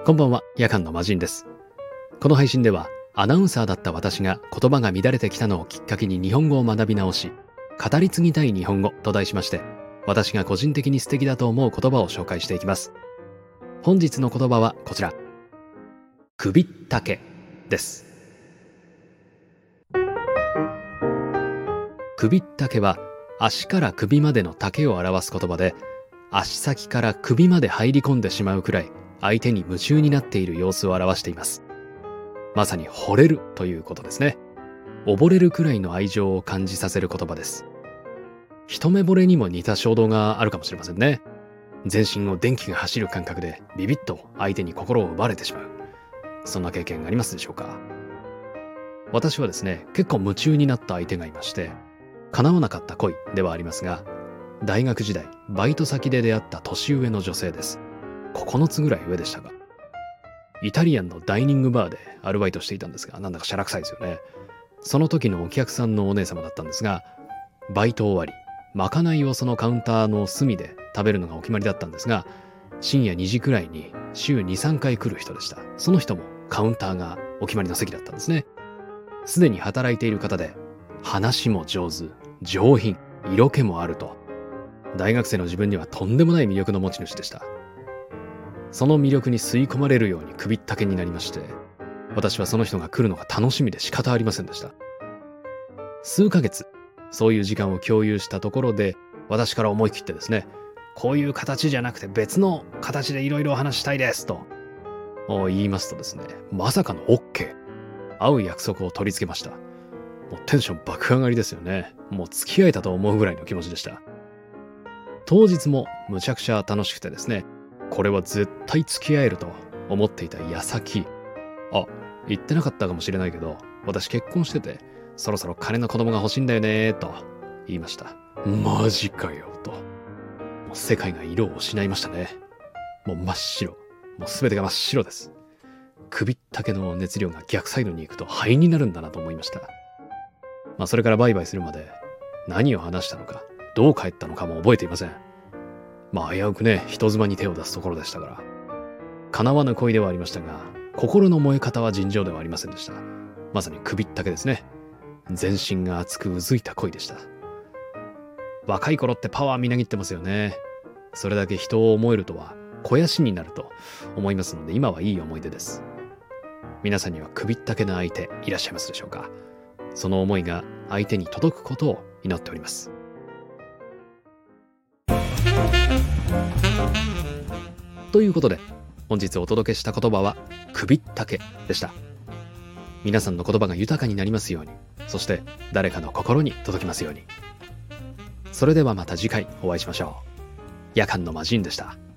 こんばんは、夜間の魔人です。この配信ではアナウンサーだった私が言葉が乱れてきたのをきっかけに日本語を学び直し、語り継ぎたい日本語と題しまして、私が個人的に素敵だと思う言葉を紹介していきます。本日の言葉はこちら、首ったけです。首ったけは足から首までの丈を表す言葉で、足先から首まで入り込んでしまうくらい相手に夢中になっている様子を表しています。まさに惚れるということですね。溺れるくらいの愛情を感じさせる言葉です。一目惚れにも似た衝動があるかもしれませんね。全身を電気が走る感覚でビビッと相手に心を奪われてしまう。そんな経験ありますでしょうか？私はですね、結構夢中になった相手がいまして、叶わなかった恋ではありますが、大学時代バイト先で出会った年上の女性です。9つぐらい上でしたが、イタリアンのダイニングバーでアルバイトしていたんですが、なんだかしゃらくさいですよね。その時のお客さんのお姉様だったんですが、バイト終わりまかないをそのカウンターの隅で食べるのがお決まりだったんですが、深夜2時くらいに週 2,3 回来る人でした。その人もカウンターがお決まりの席だったんですね。すでに働いている方で、話も上手、上品、色気もあると、大学生の自分にはとんでもない魅力の持ち主でした。その魅力に吸い込まれるように首ったけになりまして、私はその人が来るのが楽しみで仕方ありませんでした。数ヶ月そういう時間を共有したところで、私から思い切ってですね、こういう形じゃなくて別の形でいろいろお話したいですと言いますとですね、まさかの OK、 会う約束を取り付けました。もうテンション爆上がりですよね。もう付き合えたと思うぐらいの気持ちでした。当日もむちゃくちゃ楽しくてですね、これは絶対付き合えると思っていた矢先、言ってなかったかもしれないけど、私結婚してて、そろそろ金の子供が欲しいんだよねと言いました。マジかよと。もう世界が色を失いましたね。もう真っ白。もう全てが真っ白です。首ったけの熱量が逆サイドに行くと灰になるんだなと思いました。それからバイバイするまで何を話したのか、どう帰ったのかも覚えていません。危うくね、人妻に手を出すところでしたから。叶わぬ恋ではありましたが、心の燃え方は尋常ではありませんでした。まさに首ったけですね。全身が熱くうずいた恋でした。若い頃ってパワーみなぎってますよね。それだけ人を思えるとは肥やしになると思いますので、今はいい思い出です。皆さんには首ったけな相手いらっしゃいますでしょうか？その思いが相手に届くことを祈っております。ということで、本日お届けした言葉は首ったけでした。皆さんの言葉が豊かになりますように、そして誰かの心に届きますように。それではまた次回お会いしましょう。夜間の魔人でした。